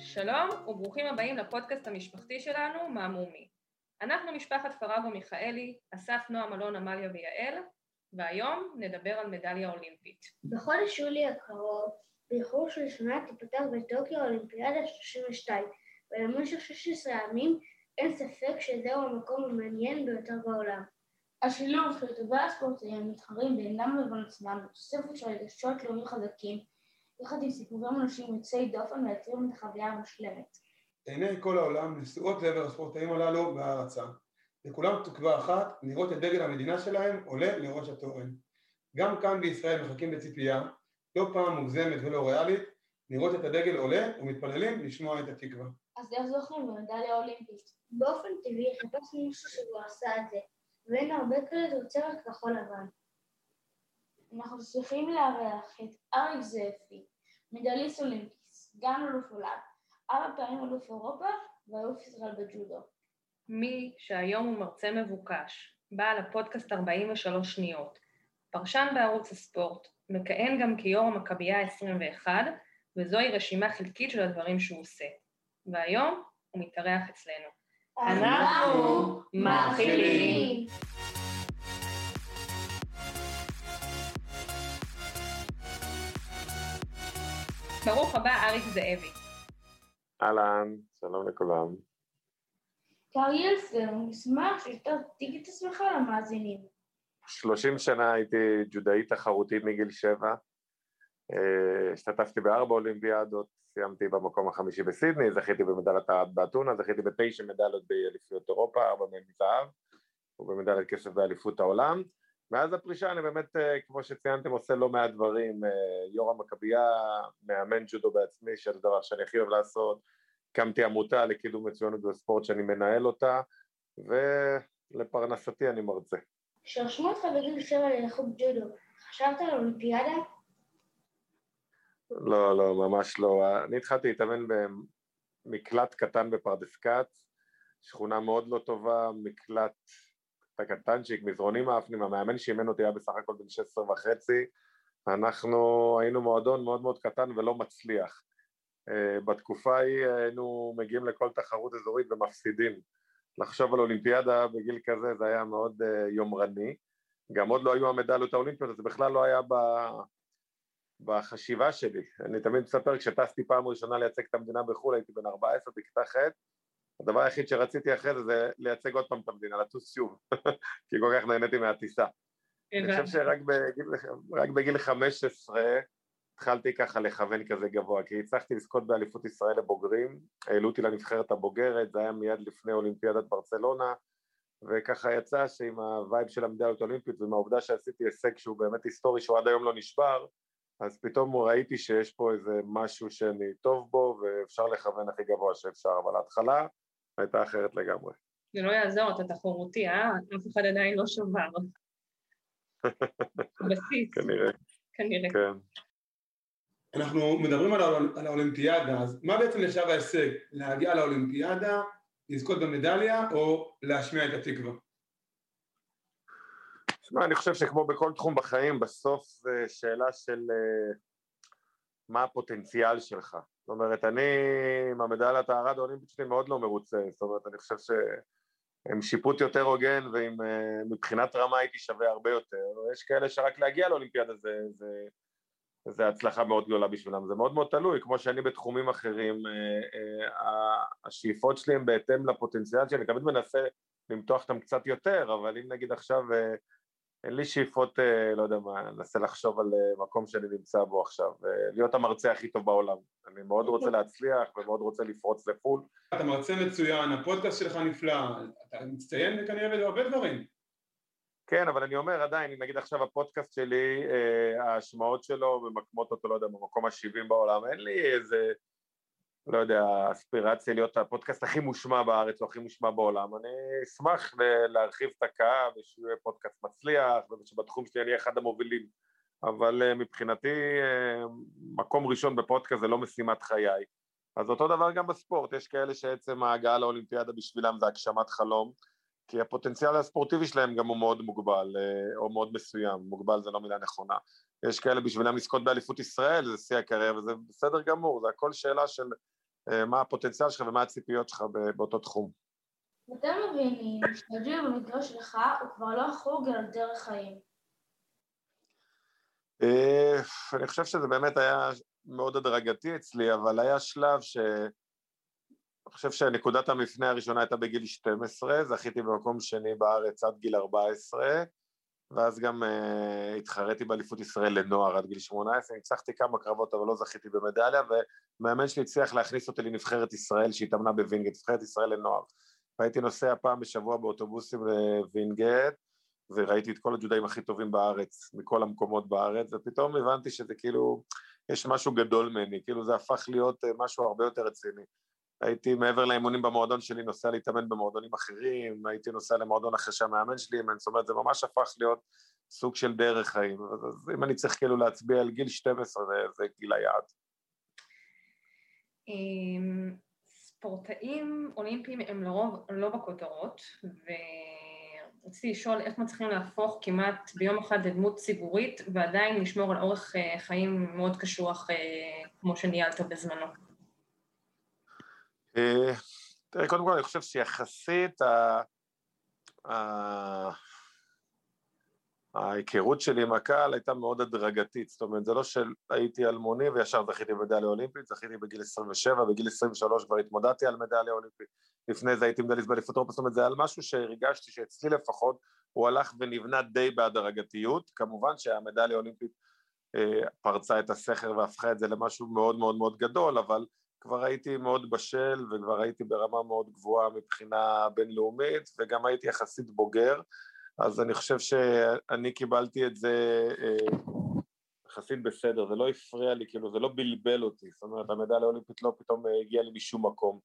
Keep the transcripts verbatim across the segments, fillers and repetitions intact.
שלום וברוכים הבאים לפודקאסט המשפחתי שלנו, מהמומי. אנחנו משפחת פרגו מיכאלי, אסף, נועם, אלון, עמליה ויעל, והיום נדבר על מדליה אולימפית. בחודש יולי הקרוב, באיחור של שנה תיפתח בטוקיו האולימפיאדה שלושים ושתיים, ולמשך שש עשרה ימים אין ספק שזהו המקום המעניין ביותר בעולם. השילוב של טובי הספורטאים המתחרים בינם לבין עצמם בתוספת של רגשות לאומיים חזקים, יחד עם סיפורים אנושיים יוצאי דופן מייצרים את החוויה המושלמת. עיני כל העולם נשואות לעבר הספורטאים הללו בהערצה, וכולם תקווה אחת לראות את דגל המדינה שלהם עולה לראש התורן. גם כאן בישראל מחכים בציפייה, לא פעם מוגזמת ולא ריאלית, לראות את הדגל עולה ומתפללים לשמוע את התקווה. אז איך זוכים במדליה אולימפית? באופן טבעי חיפש מישהו שכבר עשה את זה, ואין הרבה כאלה תוצרת כחול לבן. אנחנו צריכים לארח את אריק זאבי, מדליסט אולימפיס, סגן אלוף עולם, ארבע פעמים אלוף אירופה ואלוף ישראל בג'ודו. מי שהיום הוא מרצה מבוקש, בעל הפודקאסט ארבעים ושלוש שניות, פרשן בערוץ הספורט, מכהן גם כיו"ר המכבייה ה-עשרים ואחת, וזוהי רשימה חלקית של הדברים שהוא עושה. והיום הוא מתארח אצלנו. אנחנו מתחילים. ברוך הבא אריק זאבי. אהלן, שלום לכולם. כאריאל פרם, נשמח שתציג את עצמך למאזינים. שלושים שנה הייתי ג'ודאי תחרותי מגיל שבע, השתתפתי בארבע אולימפיאדות, סיימתי במקום החמישי בסידני, זכיתי במדליית הארד באתונה, זכיתי בתשע מדליות באליפויות אירופה, ארבע מהן מזהב, ובמדליית כסף באליפות העולם. מאז הפרישה אני באמת, כמו שציינתם, עושה לא מעט דברים, יו"ר המכבייה, מאמן ג'ודו בעצמי, שזה דבר שאני הכי אוהב לעשות, הקמתי עמותה לקידום מצוינות בספורט שאני מנהל אותה, ולפרנסתי אני מרצה. כשרשמו אותך בגיל שבע לחוג ג'ודו, חשבת על אולימפיאדה? לא, לא, ממש לא. אני התחלתי להתאמן במקלט קטן בפרדס כץ, שכונה מאוד לא טובה, מקלט קטנצ'יק, מזרונים מאפנים, המאמן שאימן אותי היה בסך הכל בן שש עשרה וחצי, אנחנו היינו מועדון מאוד מאוד קטן ולא מצליח. בתקופה ההיא היינו מגיעים לכל תחרות אזורית ומפסידים. לחשוב על אולימפיאדה בגיל כזה זה היה מאוד יומרני, גם עוד לא היו המדליות האולימפיות, זה בכלל לא היה ב... בחשיבה שלי. אני תמיד מספר, כשטסתי פעם ראשונה לייצג את המדינה בחו"ל, הייתי בן ארבע עשרה בכיתה ח', הדבר היחיד שרציתי אחרי זה, זה לייצג עוד פעם את המדינה, לטוס שוב, כי כל כך נהניתי מהטיסה. אני חושב שרק בגיל, רק בגיל חמש עשרה, התחלתי ככה לכוון כזה גבוה, כי הצלחתי לזכות באליפות ישראל לבוגרים, העלו אותי לנבחרת הבוגרת, זה היה מיד לפני אולימפיאדת ברצלונה, וככה יצא שעם הווייב של המדליות האולימפית, ועם העובדה שעשיתי הישג שהוא באמת היסטורי, שהוא עד היום לא נשבר, אז פתאום ראיתי שיש פה איזה משהו שאני טוב בו, ואפשר לכוון הכי גבוה שאפשר, אבל ההתחלה הייתה אחרת לגמרי. זה לא יעזור, אתה תחרותי, אה? אף אחד עדיין לא שובר. בסיס. כנראה. כנראה. כן. אנחנו מדברים על, האול... על האולימפיאדה, אז מה בעצם נחשב ההישג? להגיע לאולימפיאדה, לזכות במדליה, או להשמיע את התקווה? שמע, אני חושב שכמו בכל תחום בחיים, בסוף זה שאלה של uh, מה הפוטנציאל שלך. זאת אומרת, אני עם המדליית הארד האולימפית שלי מאוד לא מרוצה, זאת אומרת, אני חושב שהם שיפוט יותר הוגן, ועם uh, מבחינת רמה הייתי שווה הרבה יותר. יש כאלה שרק להגיע לאולימפיאדה זה, זה, זה הצלחה מאוד גדולה בשבילם, זה מאוד מאוד תלוי, כמו שאני בתחומים אחרים, uh, uh, השאיפות שלי הם בהתאם לפוטנציאל שלי, אני תמיד מנסה למתוח אותם קצת יותר, אבל אם נגיד עכשיו... Uh, אין לי שאיפות, לא יודע מה, ננסה לחשוב על מקום שאני נמצא בו עכשיו, להיות המרצה הכי טוב בעולם. אני מאוד רוצה להצליח ומאוד רוצה לפרוץ לפול. אתה מרצה מצוין, הפודקאסט שלך נפלא, אתה מצטיין כנראה בהרבה דברים. כן, אבל אני אומר עדיין, אם נגיד עכשיו הפודקאסט שלי, ההשמעות שלו ממקמות אותו, לא יודע, במקום ה-שבעים בעולם, אין לי איזה, לא יודע, אספירציה להיות הפודקאסט הכי מושמע בארץ או הכי מושמע בעולם. אני אשמח להרחיב את הקהל ושיהיה פודקאסט מצליח ושבתחום שלי אני אהיה אחד המובילים, אבל מבחינתי מקום ראשון בפודקאסט זה לא משימת חיי. אז אותו דבר גם בספורט, יש כאלה שעצם ההגעה לאולימפיאדה בשבילם זה הגשמת חלום, כי הפוטנציאל הספורטיבי שלהם גם הוא מאוד מוגבל, או מאוד מסוים, מוגבל זה לא מילה נכונה. יש כאלה בשבילם לזכות באליפות ישראל, זה שיא הקריירה, וזה בסדר גמור, זה הכל שאלה של מה הפוטנציאל שלך ומה הציפיות שלך באותו תחום. ואתם מבינים שהג'יו במקרה שלך הוא כבר לא חוג על דרך חיים. אני חושב שזה באמת היה מאוד הדרגתי אצלי, אבל היה שלב ש... אני חושב שנקודת המפנה הראשונה הייתה בגיל שתים עשרה, זכיתי במקום שני בארץ עד גיל ארבע עשרה, ואז גם uh, התחרתי באליפות ישראל לנוער עד גיל שמונה עשרה, ניצחתי כמה קרבות אבל לא זכיתי במדליה, ומאמן שלי הצליח להכניס אותי לנבחרת ישראל שהתאמנה בווינגייט, נבחרת ישראל לנוער. והייתי נוסע פעם בשבוע באוטובוסים לווינגייט, וראיתי את כל הג'ודאים הכי טובים בארץ, מכל המקומות בארץ, ופתאום הבנתי שזה כאילו, יש משהו גדול ממני, כאילו זה הפך להיות משהו הרבה יותר רציני. הייתי מעבר לאימונים במועדון שלי, נוסע להתאמן במועדונים אחרים, הייתי נוסע למועדון אחרי שהמאמן שלי, זאת אומרת, זה ממש הפך להיות סוג של דרך חיים, אז אם אני צריך כאילו להצביע על גיל שתים עשרה, זה, זה גיל היעד. ספורטאים אולימפיים הם לרוב לא בכותרות, ורציתי לשאול איך מצליחים להפוך כמעט ביום אחד לדמות ציבורית, ועדיין לשמור על אורך חיים מאוד קשוח כמו שניהלת בזמנו. תראה, קודם כל אני חושב שיחסית ההיכרות שלי עם הקהל הייתה מאוד הדרגתית, זאת אומרת, זה לא שהייתי אלמוני וישר זכיתי במדליה אולימפית, זכיתי בגיל עשרים ושבע, בגיל עשרים ושלוש כבר התמודדתי על מדליה אולימפית, לפני זה הייתי מדליסט באליפות אירופה, זאת אומרת, זה על משהו שהרגשתי שאצלי לפחות, הוא הלך ונבנה די בהדרגתיות, כמובן שהמדליה האולימפית פרצה את הסכר והפכה את זה למשהו מאוד מאוד מאוד גדול, אבל כבר הייתי מאוד בשל וכבר הייתי ברמה מאוד גבוהה מבחינה בינלאומית, וגם הייתי יחסית בוגר, אז אני חושב שאני קיבלתי את זה יחסית בסדר, זה לא הפריע לי, כאילו זה לא בלבל אותי, זאת אומרת המדליה האולימפית לא פתאום הגיעה לי משום מקום,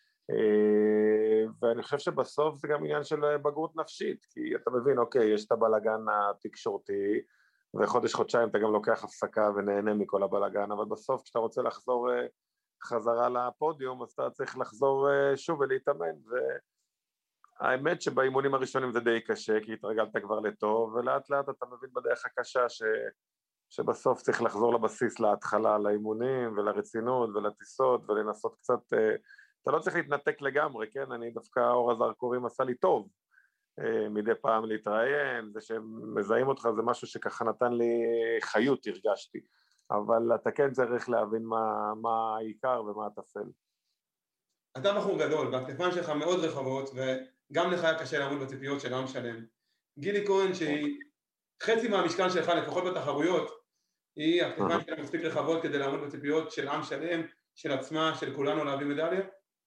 ואני חושב שבסוף זה גם עניין של בגרות נפשית, כי אתה מבין, אוקיי, יש את הבלגן התקשורתי, וחודש חודשיים אתה גם לוקח הפסקה ונהנה מכל הבלגן, אבל בסוף כשאתה רוצה לחזור חזרה לפודיום, אז אתה צריך לחזור שוב ולהתאמן, והאמת שבאימונים הראשונים זה די קשה, כי התרגלת כבר לטוב, ולאט לאט אתה מבין בדרך הקשה ש... שבסוף צריך לחזור לבסיס להתחלה, לאימונים ולרצינות ולטיסות, ולנסות קצת, אתה לא צריך להתנתק לגמרי, כן? אני דווקא אור הזרקורים עשה לי טוב, מדי פעם להתראיין, זה שהם מזהים אותך, זה משהו שככה נתן לי חיות, הרגשתי. אבל אתה כן צריך להבין מה, מה העיקר ומה התפל. אתה בחור גדול, והכתפיים שלך מאוד רחבות, וגם לך היה קשה לעמוד בציפיות של עם שלם. גילי כהן, שהיא חצי מהמשקל שלך, לפחות בתחרויות, היא הכתפיים שלה מספיק רחבות כדי לעמוד בציפיות של עם שלם, של עצמה, של כולנו להביא מדליה?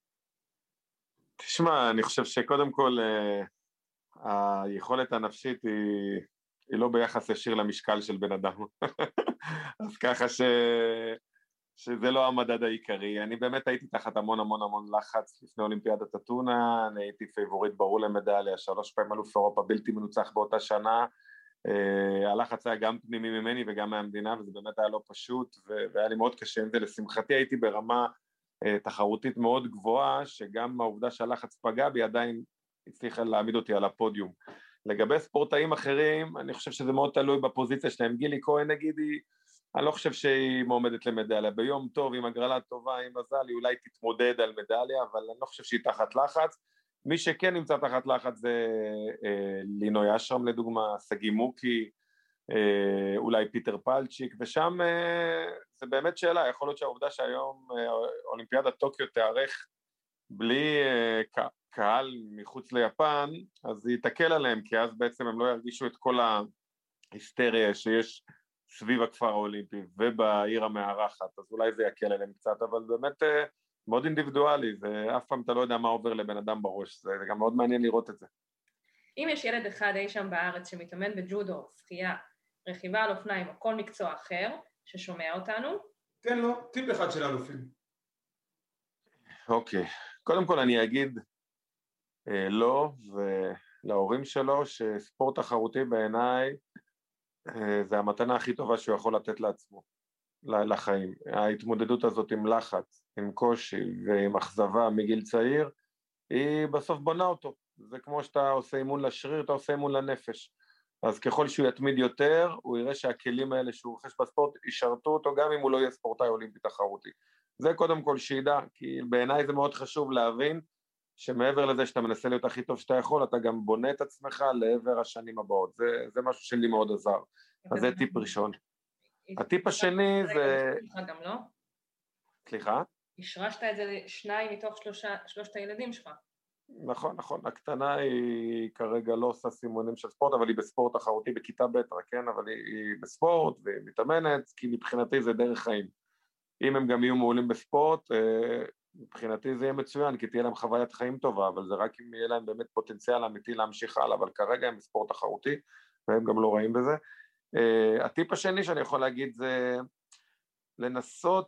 תשמע, אני חושב שקודם כל, היכולת הנפשית היא, היא לא ביחס ישיר למשקל של בן אדם. אז ככה ש... שזה לא המדד העיקרי. אני באמת הייתי תחת המון המון המון לחץ לפני אולימפיאדת אתונה, אני הייתי פייבוריט ברור למדליה, שלוש פעמים אלוף אירופה בלתי מנוצח באותה שנה, הלחץ היה גם פנימי ממני וגם מהמדינה, וזה באמת היה לא פשוט, והיה לי מאוד קשה עם זה. לשמחתי הייתי ברמה תחרותית מאוד גבוהה, שגם העובדה שהלחץ פגע בי עדיין הצליחה להעמיד אותי על הפודיום. לגבי ספורטאים אחרים, אני חושב שזה מאוד תלוי בפוזיציה שלהם. גילי כהן נגיד, אני לא חושב שהיא מועמדת למדליה, ביום טוב, עם הגרלה טובה, עם מזל, היא אולי תתמודד על מדליה, אבל אני לא חושב שהיא תחת לחץ. מי שכן נמצא תחת לחץ זה אה, לינוי אשרם לדוגמה, סגי מוקי, אה, אולי פיטר פלצ'יק, ושם אה, זה באמת שאלה, יכול להיות שהעובדה שהיום אה, אולימפיאדת טוקיו תארך בלי אה, קהל מחוץ ליפן, אז היא תקל עליהם, כי אז בעצם הם לא ירגישו את כל ההיסטריה שיש סביב הכפר האולימפי ובעיר המארחת, אז אולי זה יקל עליהם קצת, אבל באמת אה, מאוד אינדיבידואלי, ואף פעם אתה לא יודע מה עובר לבן אדם בראש, זה גם מאוד מעניין לראות את זה. אם יש ילד אחד אי שם בארץ שמתאמן בג'ודו, שחייה, רכיבה על אופניים או כל מקצוע אחר ששומע אותנו, תן לו טיפ אחד של אלופים. אוקיי, קודם כל אני אגיד אה, לא, ולהורים שלו, שספורט תחרותי בעיניי, אה, זה המתנה הכי טובה שהוא יכול לתת לעצמו, לחיים. ההתמודדות הזאת עם לחץ, עם קושי ועם אכזבה מגיל צעיר, היא בסוף בונה אותו. זה כמו שאתה עושה אימון לשריר, אתה עושה אימון לנפש. אז ככל שהוא יתמיד יותר, הוא יראה שהכלים האלה שהוא רוכש בספורט, ישרתו אותו גם אם הוא לא יהיה ספורטאי אולימפי תחרותי. זה קודם כל שידע, כי בעיניי זה מאוד חשוב להבין, שמעבר לזה שאתה מנסה להיות הכי טוב שאתה יכול, אתה גם בונה את עצמך לעבר השנים הבאות. זה, זה משהו שלי מאוד עזר. אז זה טיפ ראשון. הטיפ השני זה... גם לא? סליחה? השרשת את זה לשניים מתוך שלושה, שלושת הילדים שלך. נכון, נכון. הקטנה היא כרגע לא עושה סימונים של ספורט, אבל היא בספורט תחרותי בכיתה ב' רק, כן? אבל היא, היא בספורט והיא מתאמנת, כי מבחינתי זה דרך חיים. אם הם גם יהיו מעולים בספורט, מבחינתי זה יהיה מצוין, כי תהיה להם חוויית חיים טובה, אבל זה רק אם יהיה להם באמת פוטנציאל אמיתי להמשיך הלאה, אבל כרגע הם בספורט תחרותי, והם גם לא רעים בזה. הטיפ השני שאני יכול להגיד זה לנסות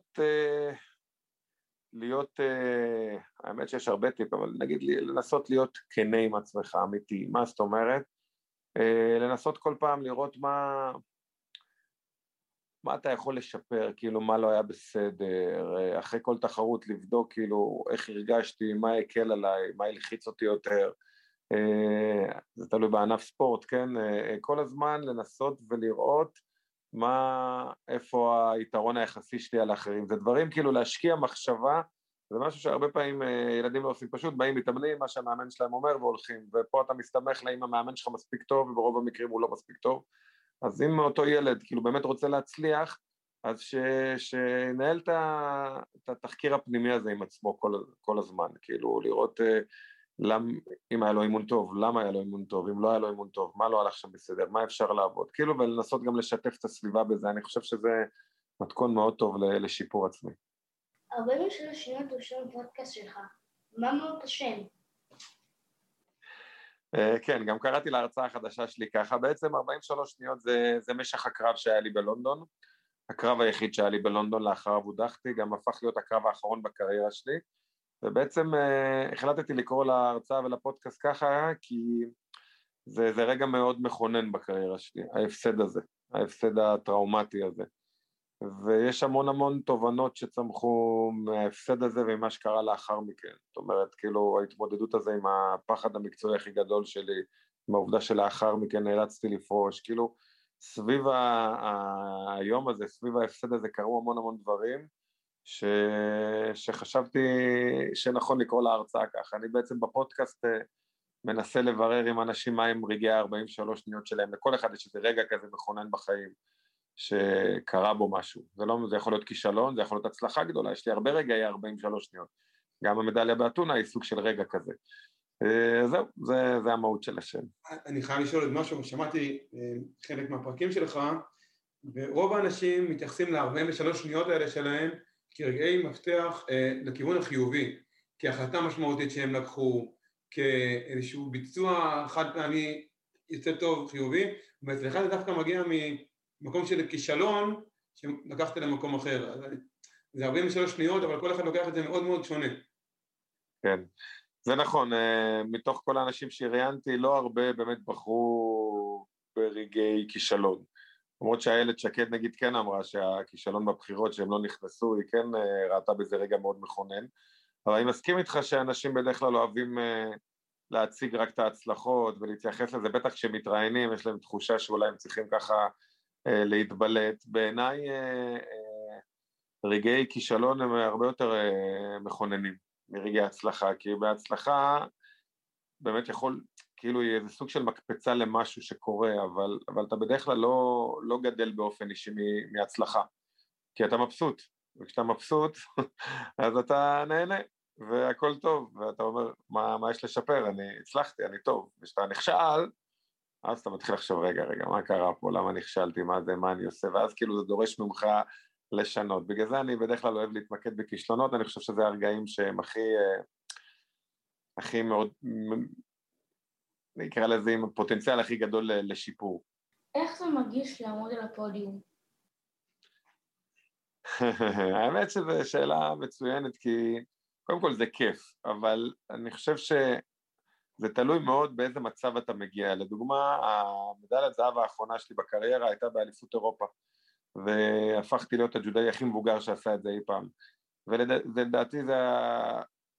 להיות, האמת שיש הרבה טיפ, אבל נגיד לנסות להיות כנה עם עצמך, אמיתי. מה זאת אומרת? לנסות כל פעם לראות מה... מה אתה יכול לשפר, כאילו מה לא היה בסדר, אחרי כל תחרות לבדוק כאילו איך הרגשתי, מה יקל עליי, מה ילחיץ אותי יותר, זה תלוי בענף ספורט, כן? כל הזמן לנסות ולראות מה, איפה היתרון היחסי שלי על האחרים, זה דברים כאילו להשקיע מחשבה, זה משהו שהרבה פעמים ילדים לא עושים, פשוט באים מתאמנים, מה שהמאמן שלהם אומר והולכים, ופה אתה מסתמך לה אם המאמן שלך מספיק טוב, וברוב המקרים הוא לא מספיק טוב, אז אם אותו ילד כאילו באמת רוצה להצליח, אז ש, שנהל את, את התחקיר הפנימי הזה עם עצמו כל, כל הזמן, כאילו לראות למ, אם היה לו אימון טוב, למה היה לו אימון טוב, אם לא היה לו אימון טוב, מה לא הלך שם בסדר, מה אפשר לעבוד, כאילו ולנסות גם לשתף את הסביבה בזה, אני חושב שזה מתכון מאוד טוב לשיפור עצמי. ארבעים ושלוש שניות ראשון פודקאסט שלך, מה מאוד השם? כן, גם קראתי להרצאה החדשה שלי ככה, בעצם ארבעים ושלוש שניות זה, זה משך הקרב שהיה לי בלונדון, הקרב היחיד שהיה לי בלונדון לאחריו הודחתי, גם הפך להיות הקרב האחרון בקריירה שלי, ובעצם uh, החלטתי לקרוא להרצאה ולפודקאסט ככה, כי זה, זה רגע מאוד מכונן בקריירה שלי, ההפסד הזה, ההפסד הטראומטי הזה, ויש המון המון תובנות שצמחו מההפסד הזה ומה שקרה לאחר מכן, זאת אומרת, כאילו ההתמודדות הזה עם הפחד המקצועי הכי גדול שלי, עם העובדה שלאחר מכן נאלצתי לפרוש, כאילו סביב ה- היום הזה, סביב ההפסד הזה קרו המון המון דברים, ש... שחשבתי שנכון לקרוא להרצאה ככה, אני בעצם בפודקאסט מנסה לברר עם אנשים מה הם רגעי ה-ארבעים ושלוש שניות שלהם, לכל אחד יש איזה רגע כזה מכונן בחיים, שקרה בו משהו, זה, לא, זה יכול להיות כישלון, זה יכול להיות הצלחה גדולה, יש לי הרבה רגעי ארבעים ושלוש שניות, גם המדליה באתונה היא סוג של רגע כזה, זהו, זה, זה המהות של השם. אני חייב לשאול את משהו, שמעתי חלק מהפרקים שלך, ורוב האנשים מתייחסים ל-ארבעים ושלוש שניות האלה שלהם, כרגעי מפתח לכיוון החיובי, כהחלטה משמעותית שהם לקחו, כאיזשהו ביצוע חד פעמי יוצא טוב חיובי, ואצלך זה דווקא מגיע מ... מקום של כישלון, שלקחת למקום אחר. זה ארבעים ושלוש שניות, אבל כל אחד לוקח את זה מאוד מאוד שונה. כן, זה נכון. מתוך כל האנשים שראיינתי, לא הרבה באמת בחרו ברגעי כישלון. למרות שהילד שקד נגיד כן אמרה שהכישלון בבחירות שהם לא נכנסו, היא כן ראתה בזה רגע מאוד מכונן. אבל אני מסכים איתך שאנשים בדרך כלל אוהבים להציג רק את ההצלחות ולהתייחס לזה, בטח כשמתראיינים, יש להם תחושה שאולי הם צריכים ככה להתבלט. בעיניי רגעי כישלון הם הרבה יותר מכוננים מרגעי הצלחה, כי בהצלחה באמת יכול, כאילו יהיה איזה סוג של מקפצה למשהו שקורה, אבל, אבל אתה בדרך כלל לא, לא גדל באופן אישי מהצלחה, כי אתה מבסוט, וכשאתה מבסוט אז אתה נהנה והכל טוב, ואתה אומר מה, מה יש לשפר, אני הצלחתי, אני טוב, וכשאתה נכשל אז אתה מתחיל לחשוב, רגע, רגע, מה קרה פה, למה נכשלתי, מה זה, מה אני עושה, ואז כאילו זה דורש ממך לשנות. בגלל זה אני בדרך כלל אוהב להתמקד בכישלונות, אני חושב שזה הרגעים שהם הכי, הכי מאוד, נקרא לזה עם הפוטנציאל הכי גדול לשיפור. איך זה מרגיש לעמוד על הפודיום? האמת שזו שאלה מצוינת, כי קודם כל זה כיף, אבל אני חושב ש... זה תלוי מאוד באיזה מצב אתה מגיע. לדוגמה, המדליית זהב האחרונה שלי בקריירה הייתה באליפות אירופה, והפכתי להיות הג'ודאי הכי מבוגר שעשה את זה אי פעם. ולדעתי זה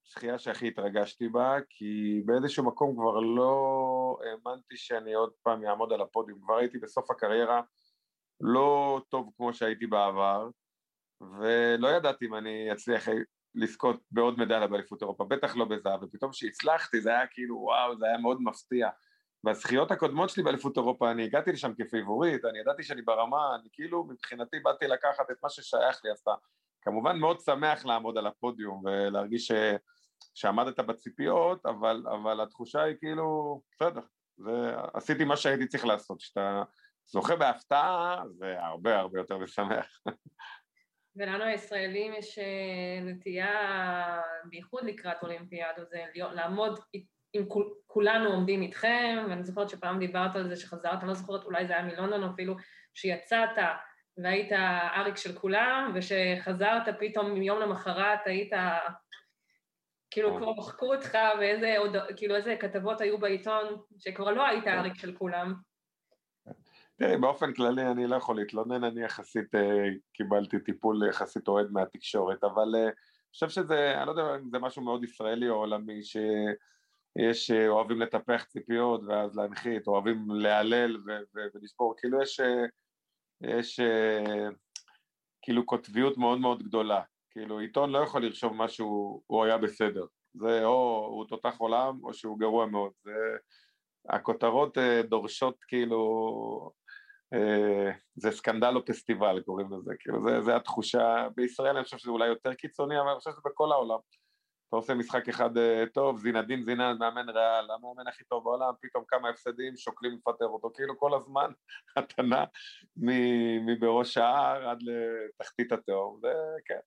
השחייה שהכי התרגשתי בה, כי באיזשהו מקום כבר לא האמנתי שאני עוד פעם יעמוד על הפודיום, כבר הייתי בסוף הקריירה לא טוב כמו שהייתי בעבר, ולא ידעתי אם אני אצליח לזכות בעוד מדליה באליפות אירופה, בטח לא בזהב, ופתאום שהצלחתי זה היה כאילו וואו, זה היה מאוד מפתיע. והזכיות הקודמות שלי באליפות אירופה, אני הגעתי לשם כפייבורית, אני ידעתי שאני ברמה, אני כאילו מבחינתי באתי לקחת את מה ששייך לי, אז אתה כמובן מאוד שמח לעמוד על הפודיום ולהרגיש ש... שעמדת בציפיות, אבל, אבל התחושה היא כאילו, בסדר, זה, עשיתי מה שהייתי צריך לעשות, שאתה זוכה בהפתעה, זה הרבה הרבה יותר משמח. ולנו הישראלים יש נטייה, בייחוד לקראת אולימפיאדו, זה לעמוד, אם כולנו עומדים איתכם, ואני זוכרת שפעם דיברת על זה שחזרת, אני לא זוכרת, אולי זה היה מלונדון אפילו, שיצאת והיית אריק של כולם, ושחזרת פתאום מיום למחרת, היית, כאילו כבר מחקו אותך, ואיזה כאילו, איזה כתבות היו בעיתון, שכבר לא היית אריק של כולם. תראי, באופן כללי אני לא יכול להתלונן, אני יחסית קיבלתי טיפול יחסית אוהד מהתקשורת, אבל אני חושב שזה, אני לא יודע אם זה משהו מאוד ישראלי או עולמי, שיש אוהבים לטפח ציפיות ואז להנחית, אוהבים להלל ולשבור, כאילו יש, יש כאילו כותביות מאוד מאוד גדולה, כאילו עיתון לא יכול לרשום משהו, הוא היה בסדר, זה או הוא תותח עולם או שהוא גרוע מאוד, זה... הכותרות דורשות כאילו, זה סקנדל או פסטיבל קוראים לזה, כאילו זה, זה התחושה, בישראל אני חושב שזה אולי יותר קיצוני, אבל אני חושב שזה בכל העולם, אתה עושה משחק אחד טוב, זינדין זינן, מאמן ריאל, המאמן הכי טוב בעולם, פתאום כמה הפסדים, שוקלים לפטר אותו, כאילו כל הזמן, התנה מבראש ההר עד לתחתית התאום, זה כן.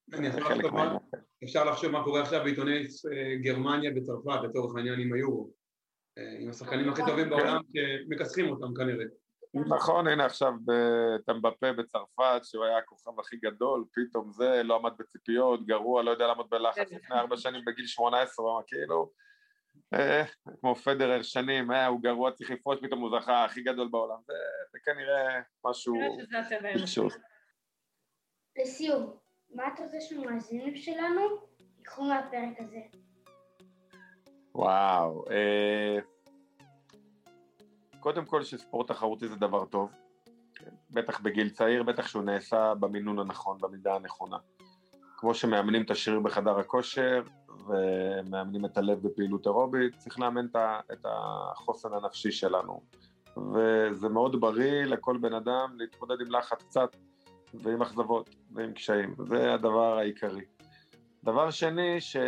אפשר לחשוב מה קורה עכשיו בעיתוני גרמניה וצרפת, לצורך העניין עם היורו. עם השחקנים הכי טובים בעולם שמכסחים אותם כנראה. נכון, הנה עכשיו אמבפה בצרפת, שהוא היה הכוכב הכי גדול, פתאום זה לא עמד בציפיות, גרוע, לא יודע לעמוד בלחץ, לפני ארבע שנים בגיל שמונה עשרה, כאילו, כמו פדרר שנים, הוא גרוע, צריך לפרוש, פתאום הוא זכה הכי גדול בעולם, זה כנראה משהו פשוט. לסיום, מה אתה רוצה שמאזינים שלנו ייקחו מהפרק הזה? וואו, קודם כל שספורט תחרותי זה דבר טוב, בטח בגיל צעיר, בטח שהוא נעשה במינון הנכון, במידה הנכונה. כמו שמאמנים את השריר בחדר הכושר, ומאמנים את הלב בפעילות אירובית, צריך לאמן את החוסן הנפשי שלנו. וזה מאוד בריא לכל בן אדם להתמודד עם לחץ קצת, ועם אכזבות, ועם קשיים. זה הדבר העיקרי. דבר שני, ש...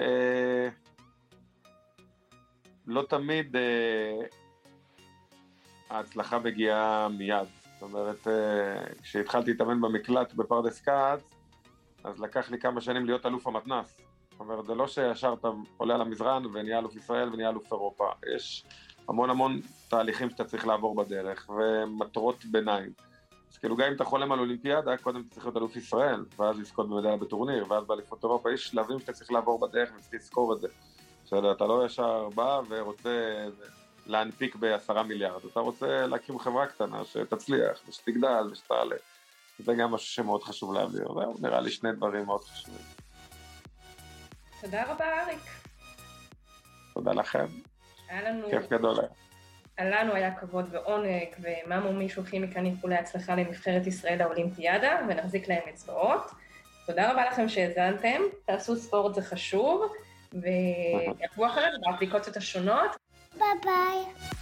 לא תמיד אה, ההצלחה מגיעה מיד, זאת אומרת, אה, כשהתחלתי להתאמן במקלט בפרדס כץ, אז לקח לי כמה שנים להיות אלוף המתנ"ס, זאת אומרת, זה לא שישר אתה עולה על המזרן ונהיה אלוף ישראל ונהיה אלוף אירופה, יש המון המון תהליכים שאתה צריך לעבור בדרך, ומטרות ביניים, אז כאילו גם אם אתה חולם על אולימפיאדה, קודם אתה צריך להיות אלוף ישראל, ואז לזכות במדליה בטורניר, ואז באליפות אירופה, יש שלבים שאתה צריך לעבור בדרך וצריך לזכור את זה. אתה לא ישר בא ורוצה להנפיק בעשרה מיליארד, אתה רוצה להקים חברה קטנה שתצליח ושתגדל ושתעלה. זה גם משהו שמאוד חשוב להעביר, זהו, נראה לי שני דברים מאוד חשובים. תודה רבה אריק. תודה לכם. היה לנו... כיף גדול היה. לנו היה כבוד ועונג, ומאמו שולחים מכאן איחולי הצלחה לנבחרת ישראל האולימפיאדה, ונחזיק להם אצבעות. תודה רבה לכם שהאזנתם, תעשו ספורט זה חשוב, ויעקבו אחרינו באפליקציות השונות. ביי ביי.